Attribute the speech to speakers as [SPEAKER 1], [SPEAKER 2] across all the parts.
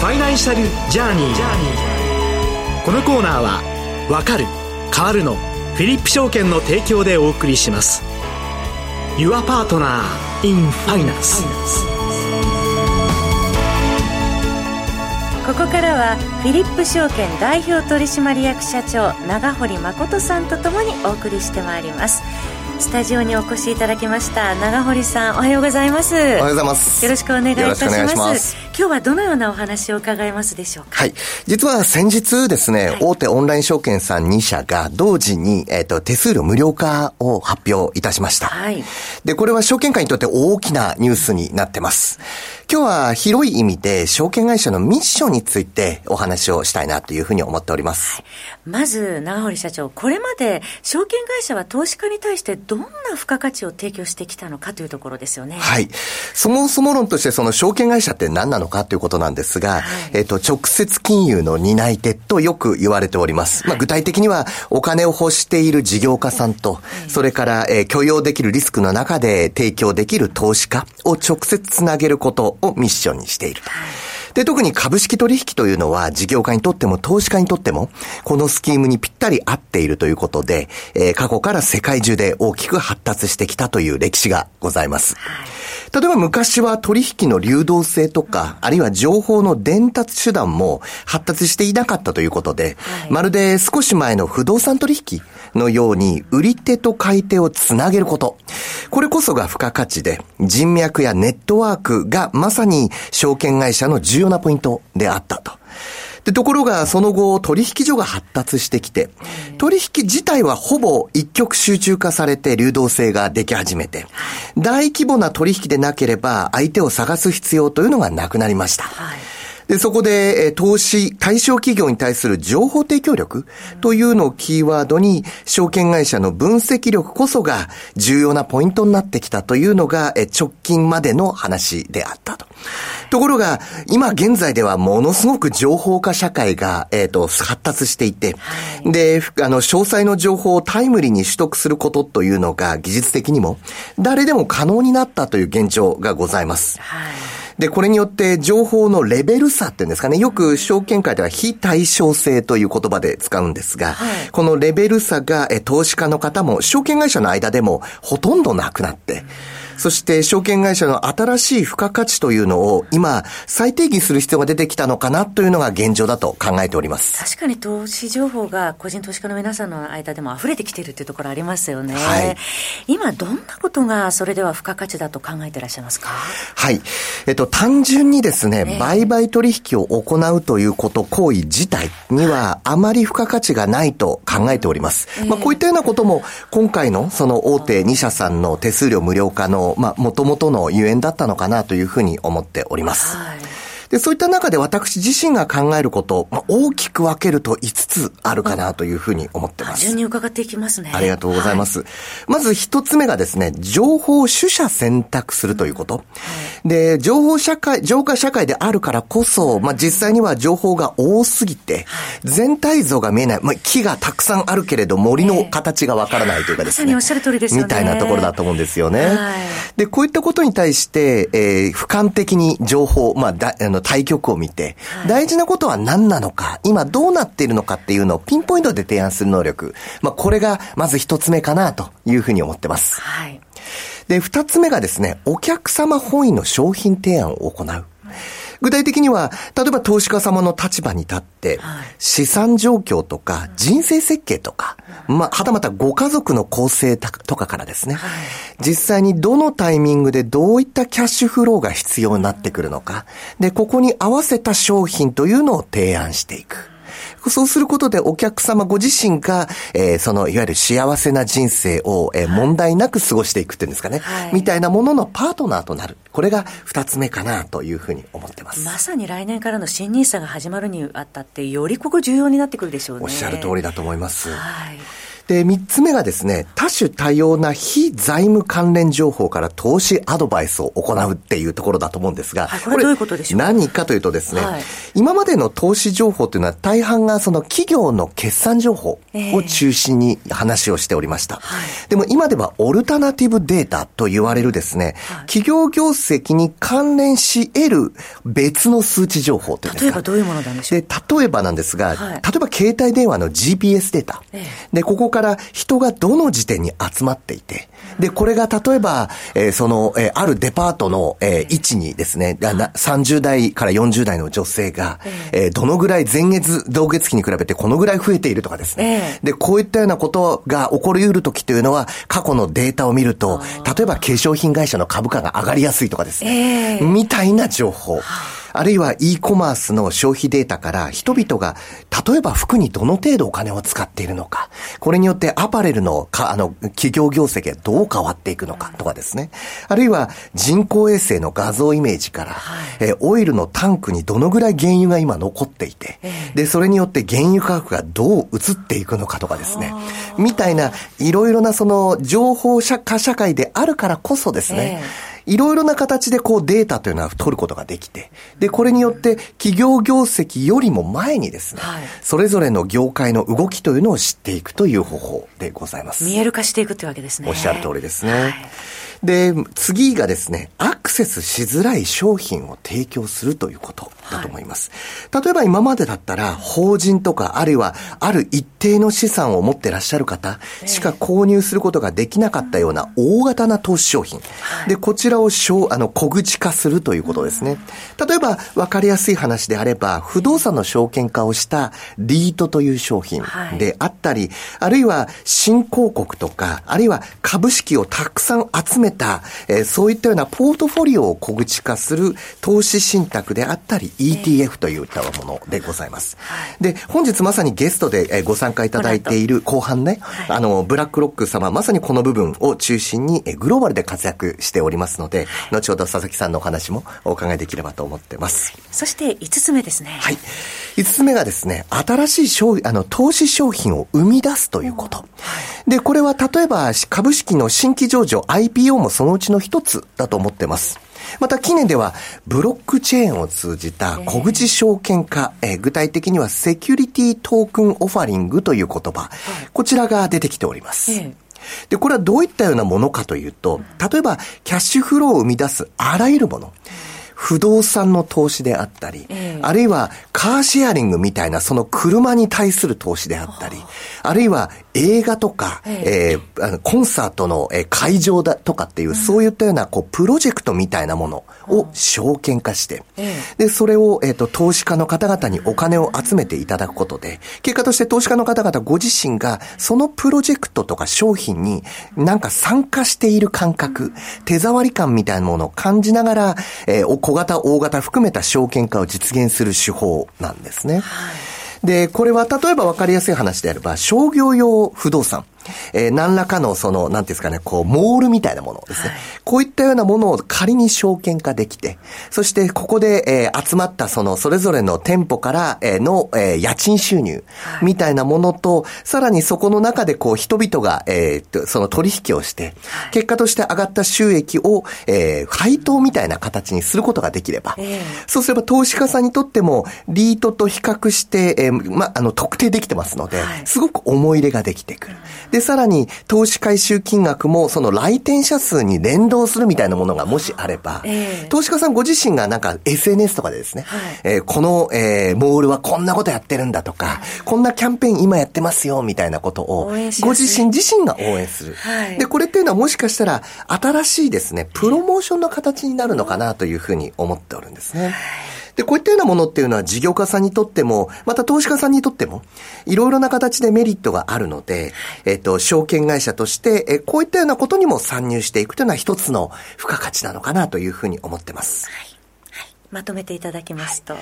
[SPEAKER 1] ファイナンシャルジャーニー。このコーナーはわかる変わるのフィリップ証券の提供でお送りします。 Your Partner in Finance。
[SPEAKER 2] ここからはフィリップ証券代表取締役社長長堀誠さんとともにお送りしてまいります。スタジオにお越しいただきました長堀さん、おはようございます。
[SPEAKER 3] おはようございます。
[SPEAKER 2] よろしくお願いいたします。今日はどのようなお話を伺えますでしょうか。
[SPEAKER 3] はい。実は先日ですね、大手オンライン証券さん2社が同時に、手数料無料化を発表いたしました。はい。で、これは証券界にとって大きなニュースになってます。今日は広い意味で証券会社のミッションについてお話をしたいなというふうに思っております。はい、
[SPEAKER 2] まず長堀社長、これまで証券会社は投資家に対してどんな付加価値を提供してきたのかというところですよね。
[SPEAKER 3] はい。そもそも論としてその証券会社って何なのかということなんですが、はい、直接金融の担い手とよく言われております。はい、具体的にはお金を欲している事業家さんと、それから、許容できるリスクの中で提供できる投資家を直接つなげることをミッションにしていると。で、特に株式取引というのは事業家にとっても投資家にとってもこのスキームにぴったり合っているということで、過去から世界中で大きく発達してきたという歴史がございます。例えば昔は取引の流動性とか、あるいは情報の伝達手段も発達していなかったということで、まるで少し前の不動産取引のように売り手と買い手をつなげること、これこそが付加価値で、人脈やネットワークがまさに証券会社の重要なポイントであったと。で、ところがその後取引所が発達してきて、取引自体はほぼ一極集中化されて流動性ができ始めて、大規模な取引でなければ相手を探す必要というのがなくなりました。で、そこで、投資対象企業に対する情報提供力というのをキーワードに、証券会社の分析力こそが重要なポイントになってきたというのが、直近までの話であったと。ところが、今現在ではものすごく情報化社会が、発達していて、で、詳細の情報をタイムリーに取得することというのが技術的にも誰でも可能になったという現状がございます。で、これによって情報のレベル差っていうんですかね、よく証券界では非対称性という言葉で使うんですが、このレベル差が投資家の方も証券会社の間でもほとんどなくなって、そして証券会社の新しい付加価値というのを今再定義する必要が出てきたのかなというのが現状だと考えております。
[SPEAKER 2] 確かに投資情報が個人投資家の皆さんの間でも溢れてきているというところありますよね。今どんなことがそれでは付加価値だと考えていらっしゃいますか。
[SPEAKER 3] はい。単純にですね、売買取引を行うということ行為自体にはあまり付加価値がないと考えております。こういったようなことも今回のその大手2社さんの手数料無料化の元々のゆえんだったのかなというふうに思っております。で、そういった中で私自身が考えること、大きく分けると5つあるかなというふうに思ってます。
[SPEAKER 2] 順に伺っていきますね。
[SPEAKER 3] ありがとうございます。まず1つ目がですね、情報を取捨選択するということ。で、情報社会であるからこそ、実際には情報が多すぎて、全体像が見えない。木がたくさんあるけれど森の形がわからないというかですね。
[SPEAKER 2] まさにおっしゃる通りですよね。
[SPEAKER 3] みたいなところだと思うんですよね。で、こういったことに対して、俯瞰的に情報、対局を見て、大事なことは何なのか、今どうなっているのかっていうのをピンポイントで提案する能力。これがまず一つ目かなというふうに思ってます。で、二つ目がですね、お客様本位の商品提案を行う。具体的には、例えば投資家様の立場に立って、資産状況とか人生設計とか、はたまたご家族の構成とかからですね、実際にどのタイミングでどういったキャッシュフローが必要になってくるのか、で、ここに合わせた商品というのを提案していく。そうすることでお客様ご自身が、そのいわゆる幸せな人生を、問題なく過ごしていくっていうんですかね、みたいなもののパートナーとなる。これが二つ目かなというふうに思ってます。
[SPEAKER 2] まさに来年からの新NISAが始まるにあたってよりここ重要になってくるでしょうね。
[SPEAKER 3] おっしゃる通りだと思います。 で、3つ目がですね、多種多様な非財務関連情報から投資アドバイスを行うっていうところだと思うんですが、
[SPEAKER 2] はい、これどういうことでしょうか。
[SPEAKER 3] 何かというとですね、
[SPEAKER 2] はい、
[SPEAKER 3] 今までの投資情報というのは大半がその企業の決算情報を中心に話をしておりました。でも今ではオルタナティブデータと言われるですね、企業業績に関連し得る別の数値情報というんですか。
[SPEAKER 2] 例えばどういうものなんでしょう。
[SPEAKER 3] で、例えばなんですが、例えば携帯電話の GPS データ。で、ここから人がどの時点に集まっていて、で、これが例えば、あるデパートの、位置にですね、30代から40代の女性が、どのぐらい前月、同月期に比べてこのぐらい増えているとかですね。で、こういったようなことが起こり得るときというのは、過去のデータを見ると、例えば化粧品会社の株価が上がりやすいとかですね。みたいな情報。あるいは e コマースの消費データから人々が例えば服にどの程度お金を使っているのか、これによってアパレルの企業業績がどう変わっていくのかとかですね。あるいは人工衛星の画像イメージから、オイルのタンクにどのぐらい原油が今残っていて、で、それによって原油価格がどう移っていくのかとかですね。みたいないろいろなその情報化社会であるからこそですね、いろいろな形でこうデータというのは取ることができて、で、これによって企業業績よりも前にですね、それぞれの業界の動きというのを知っていくという方法でございます。
[SPEAKER 2] 見える化していくというわけですね。
[SPEAKER 3] おっしゃる通りですね。で、次がですね、アクセスしづらい商品を提供するということだと思います。例えば今までだったら、法人とか、あるいは、ある一定の資産を持ってらっしゃる方しか購入することができなかったような大型な投資商品。で、こちらを小口化するということですね。例えば、わかりやすい話であれば、不動産の証券化をしたリートという商品であったり、あるいは新興国とか、あるいは株式をたくさん集めそういったようなポートフォリオを小口化する投資信託であったり ETF といったものでございます。で、本日まさにゲストでご参加いただいている後半ね、ブラックロック様、まさにこの部分を中心にグローバルで活躍しておりますので、後ほど佐々木さんのお話もお伺いできればと思ってます。
[SPEAKER 2] そして5つ目ですね。
[SPEAKER 3] はい。5つ目がですね、新しい投資商品を生み出すということ。で、これは例えば株式の新規上場 IPO もそのうちの一つだと思ってます。また近年ではブロックチェーンを通じた小口証券化、具体的にはセキュリティトークンオファリングという言葉、こちらが出てきております。で、これはどういったようなものかというと、例えばキャッシュフローを生み出すあらゆるもの、不動産の投資であったり、あるいはカーシェアリングみたいなその車に対する投資であったり、あるいは映画とか、コンサートの会場だとかっていう、そういったようなプロジェクトみたいなものを証券化して、で、それを投資家の方々にお金を集めていただくことで、結果として投資家の方々ご自身がそのプロジェクトとか商品になんか参加している感覚、手触り感みたいなものを感じながら、小型、大型含めた証券化を実現する手法なんですね。で、これは例えば分かりやすい話であれば、商業用不動産。何らかのなんていうんですかね、モールみたいなものですね。こういったようなものを仮に証券化できて、そしてここで、集まったそれぞれの店舗から、の、家賃収入みたいなものと、さらにそこの中で人々が、その取引をして、結果として上がった収益を、配当みたいな形にすることができれば、そうすれば投資家さんにとっても、リートと比較して、特定できてますので、すごく思い入れができてくる。で、さらに、投資回収金額も、その来店者数に連動するみたいなものがもしあれば、投資家さんご自身がなんか SNS とかでですね、この、モールはこんなことやってるんだとか、こんなキャンペーン今やってますよ、みたいなことを、ご自身が応援する。で、これっていうのはもしかしたら、新しいですね、プロモーションの形になるのかなというふうに思っておるんですね。で、こういったようなものっていうのは事業家さんにとっても、また投資家さんにとっても、いろいろな形でメリットがあるので、証券会社として、こういったようなことにも参入していくというのは一つの付加価値なのかなというふうに思ってます。
[SPEAKER 2] まとめていただきますと。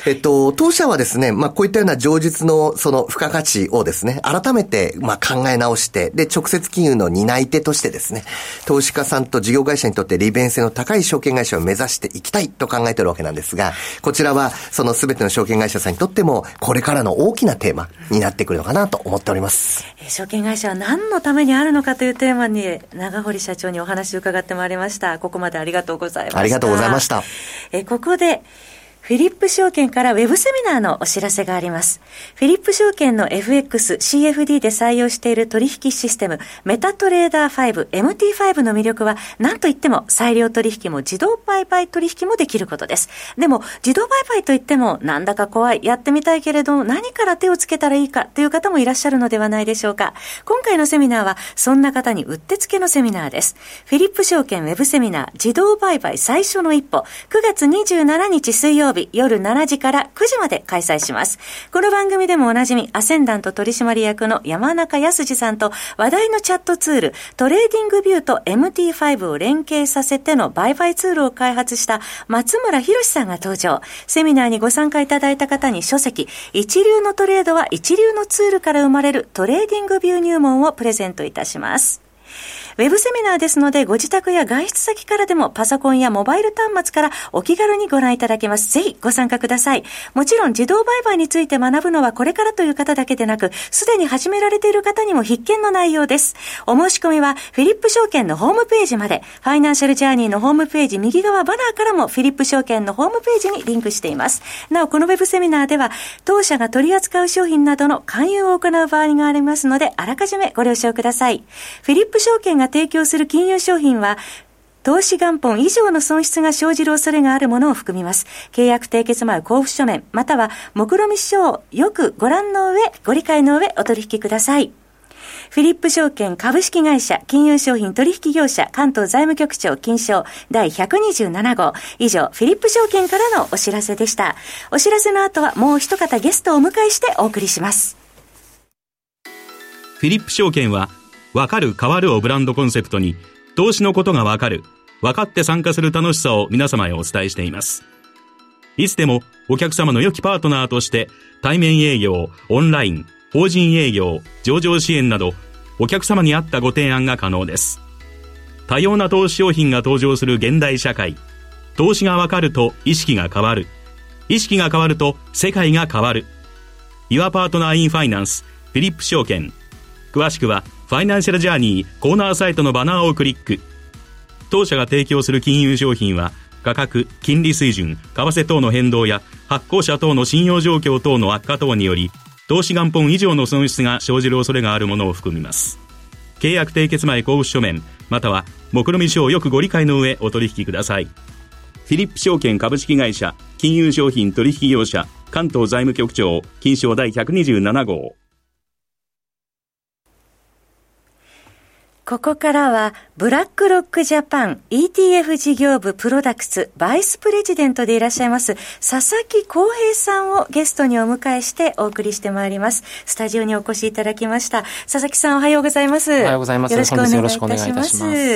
[SPEAKER 3] 当社はですね、こういったような上述のその付加価値をですね、改めて考え直して、で、直接金融の担い手としてですね、投資家さんと事業会社にとって利便性の高い証券会社を目指していきたいと考えているわけなんですが、こちらはその全ての証券会社さんにとってもこれからの大きなテーマになってくるのかなと思っております。
[SPEAKER 2] 証券会社は何のためにあるのかというテーマに長堀社長にお話を伺ってまいりました。ここまでありがとうございました。
[SPEAKER 3] ありがとうございました。
[SPEAKER 2] ここでフィリップ証券からウェブセミナーのお知らせがあります。フィリップ証券の FX、CFD で採用している取引システム、メタトレーダー5、MT5 の魅力は何といっても裁量取引も自動売買取引もできることです。でも自動売買といってもなんだか怖い、やってみたいけれど何から手をつけたらいいかという方もいらっしゃるのではないでしょうか。今回のセミナーはそんな方にうってつけのセミナーです。フィリップ証券ウェブセミナー自動売買最初の一歩、9月27日水曜日夜7時から9時まで開催します。この番組でもおなじみアセンダント取締役の山中康二さんと話題のチャットツールトレーディングビューと MT5 を連携させての売買ツールを開発した松村博さんが登場。セミナーにご参加いただいた方に書籍一流のトレードは一流のツールから生まれるトレーディングビュー入門をプレゼントいたします。ウェブセミナーですのでご自宅や外出先からでもパソコンやモバイル端末からお気軽にご覧いただけます。ぜひご参加ください。もちろん自動売買について学ぶのはこれからという方だけでなく、すでに始められている方にも必見の内容です。お申し込みはフィリップ証券のホームページまで、ファイナンシャルジャーニーのホームページ右側バナーからもフィリップ証券のホームページにリンクしています。なおこのウェブセミナーでは当社が取り扱う商品などの勧誘を行う場合がありますので、あらかじめご了承ください。フィリップ証券が提供する金融商品は投資元本以上の損失が生じる恐れがあるものを含みます。契約締結前交付書面または目論見書をよくご覧の上、ご理解の上お取引ください。フィリップ証券株式会社金融商品取引業者関東財務局長金賞第127号。以上フィリップ証券からのお知らせでした。お知らせの後はもう一方ゲストをお迎えしてお送りします。
[SPEAKER 4] フィリップ証券はわかる変わるをブランドコンセプトに、投資のことがわかる、わかって参加する楽しさを皆様へお伝えしています。いつでもお客様の良きパートナーとして対面営業、オンライン、法人営業、上場支援などお客様に合ったご提案が可能です。多様な投資商品が登場する現代社会、投資がわかると意識が変わる、意識が変わると世界が変わる。Your Partner in Finance、フィリップ証券。詳しくはファイナンシャルジャーニーコーナーサイトのバナーをクリック。当社が提供する金融商品は価格、金利水準、為替等の変動や発行者等の信用状況等の悪化等により投資元本以上の損失が生じる恐れがあるものを含みます。契約締結前交付書面または目論見書をよくご理解の上お取引ください。フィリップ証券株式会社金融商品取引業者関東財務局長金賞第127号。
[SPEAKER 2] ここからはブラックロックジャパン ETF 事業部プロダクツバイスプレジデントでいらっしゃいます佐々木康平さんをゲストにお迎えしてお送りしてまいります。スタジオにお越しいただきました。佐々木さんおはようございます。
[SPEAKER 5] おはようございます。
[SPEAKER 2] よろしくお願いいたします。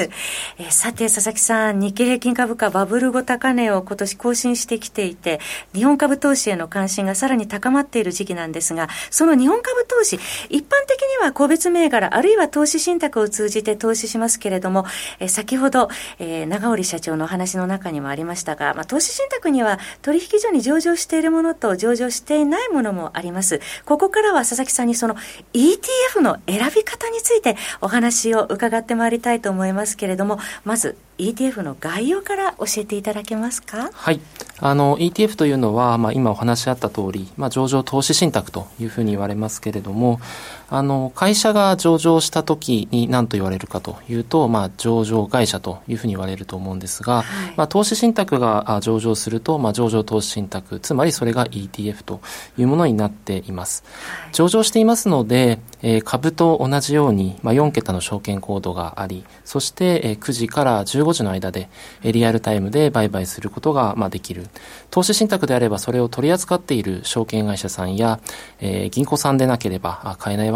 [SPEAKER 2] さて佐々木さん、日経平均株価バブル後高値を今年更新してきていて、日本株投資への関心がさらに高まっている時期なんですが、その日本株投資、一般的には個別銘柄あるいは投資信託を通じて投資しますけれども、先ほど、長堀社長のお話の中にもありましたが、投資信託には取引所に上場しているものと上場していないものもあります。ここからは佐々木さんにその ETF の選び方についてお話を伺ってまいりたいと思いますけれども、まず ETF の概要から教えていただけますか。
[SPEAKER 5] はい、ETF というのは、今お話しあった通り、上場投資信託というふうに言われますけれども、会社が上場した時に何と言われるかというと、上場会社というふうに言われると思うんですが、投資信託が上場すると、上場投資信託、つまりそれが ETF というものになっています。上場していますので、株と同じように、4桁の証券コードがあり、そして、9時から15時の間でリアルタイムで売買することができる。投資信託であればそれを取り扱っている証券会社さんや、銀行さんでなければ買えないわけ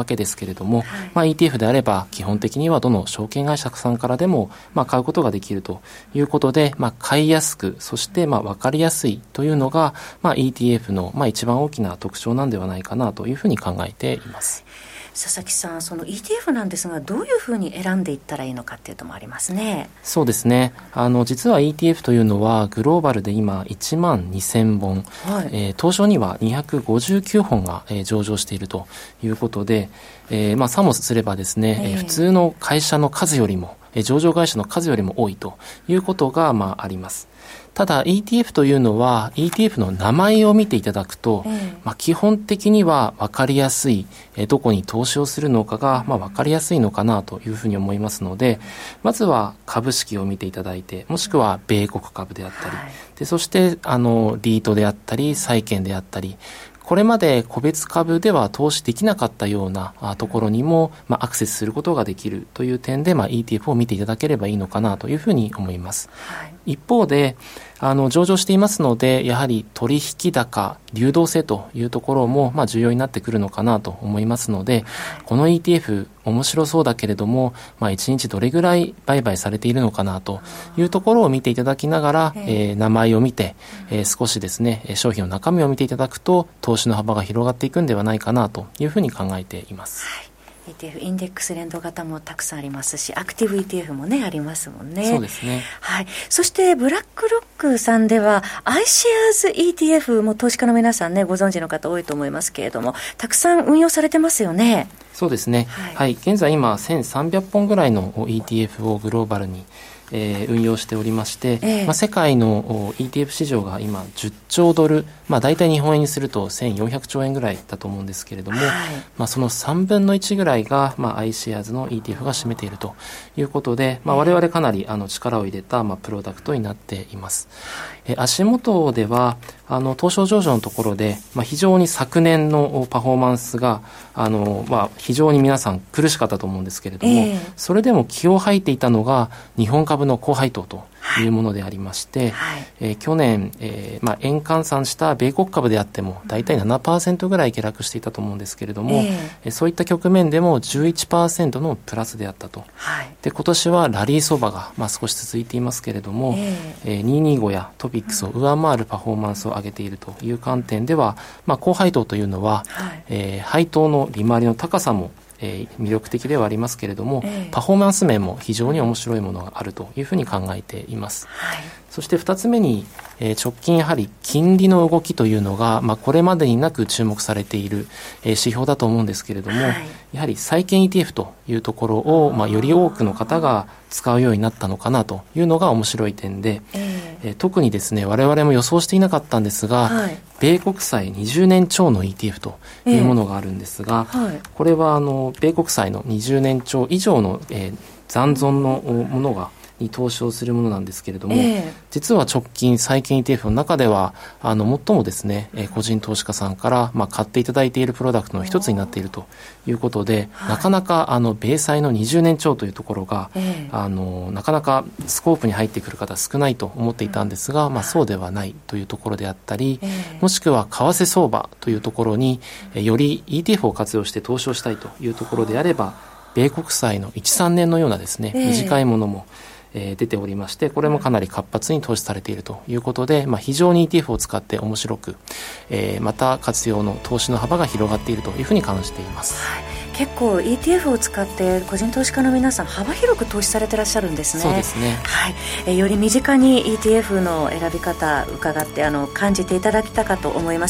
[SPEAKER 5] けですけれども、ETF であれば基本的にはどの証券会社さんからでも買うことができるということで、買いやすく、そして分かりやすいというのが、ETF の一番大きな特徴なんではないかなというふうに考えています。
[SPEAKER 2] 佐々木さん、その ETF なんですが、どういうふうに選んでいったらいいのかっていうのもありますね。
[SPEAKER 5] そうですね。実は ETF というのはグローバルで今1万2000本、東証には259本が、上場しているということで、さもすればですね、普通の会社の数よりも、上場会社の数よりも多いということが、あります。ただ ETF というのは ETF の名前を見ていただくと、基本的には分かりやすい、どこに投資をするのかが、分かりやすいのかなというふうに思いますので、まずは株式を見ていただいて、もしくは米国株であったり、でそしてリートであったり債券であったり、これまで個別株では投資できなかったようなところにも、アクセスすることができるという点で、ETF を見ていただければいいのかなというふうに思います。一方で、上場していますので、やはり取引高、流動性というところも、重要になってくるのかなと思いますので、この ETF 面白そうだけれども、1日どれぐらい売買されているのかなというところを見ていただきながら、名前を見て、少しですね、商品の中身を見ていただくと、投資の幅が広がっていくんではないかなというふうに考えています。
[SPEAKER 2] ETF インデックス連動型もたくさんありますし、アクティブ ETF もねありますもんね。
[SPEAKER 5] そうですね。
[SPEAKER 2] そしてブラックロックさんでは iShares ETF も投資家の皆さんねご存知の方多いと思いますけれども、たくさん運用されてますよね。
[SPEAKER 5] そうですね。現在今1300本ぐらいの ETF をグローバルに運用しておりまして、世界の ETF 市場が今10兆ドル、大体日本円にすると1400兆円ぐらいだと思うんですけれども、その3分の1ぐらいが、iShares の ETF が占めているということで、我々かなり力を入れた、プロダクトになっています。足元では東証上場のところで、非常に昨年のパフォーマンスが非常に皆さん苦しかったと思うんですけれども、それでも気を吐いていたのが日本株の高配当というものでありまして、去年、円換算した米国株であっても大体 7% ぐらい下落していたと思うんですけれども、そういった局面でも 11% のプラスであったと。で今年はラリー相場が、少し続いていますけれども、225やトピックスを上回るパフォーマンスを上げているという観点では、高配当というのは、配当の利回りの高さも魅力的ではありますけれども、パフォーマンス面も非常に面白いものがあるというふうに考えています。そして2つ目に、直近やはり金利の動きというのが、これまでになく注目されている、指標だと思うんですけれども、やはり債券 ETF というところを、より多くの方が使うようになったのかなというのが面白い点で、特にですね我々も予想していなかったんですが、米国債20年超の ETF というものがあるんですが、これは米国債の20年超以上の、残存のものがに投資をするものなんですけれども、実は直近債券 ETF の中では最もですね、個人投資家さんから、買っていただいているプロダクトの一つになっているということで、なかなか米債の20年超というところが、なかなかスコープに入ってくる方少ないと思っていたんですが、そうではないというところであったり、もしくは為替相場というところに、より ETF を活用して投資をしたいというところであれば、米国債の 1,3 年のようなですね、短いものも出ておりまして、これもかなり活発に投資されているということで、非常に ETF を使って面白く、また活用の投資の幅が広がっているというふうに感じています。
[SPEAKER 2] 結構 ETF を使って個人投資家の皆さん幅広く投資されてらっしゃるんですね。
[SPEAKER 5] そうですね。
[SPEAKER 2] より身近に ETF の選び方伺って感じていただきたかと思います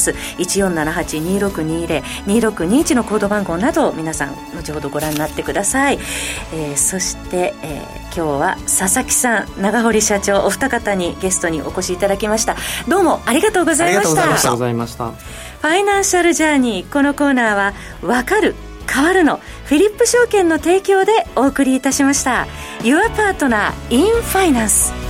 [SPEAKER 2] 。1478-2620 2621のコード番号など皆さん後ほどご覧になってください。そして、今日は佐々木さん、長堀社長、お二方にゲストにお越しいただきました。どうもありがとうございました。
[SPEAKER 5] ありがとうございました。
[SPEAKER 2] ファイナンシャルジャーニー、このコーナーはわかる変わるのフィリップ証券の提供でお送りいたしました。 Your Partner in Finance。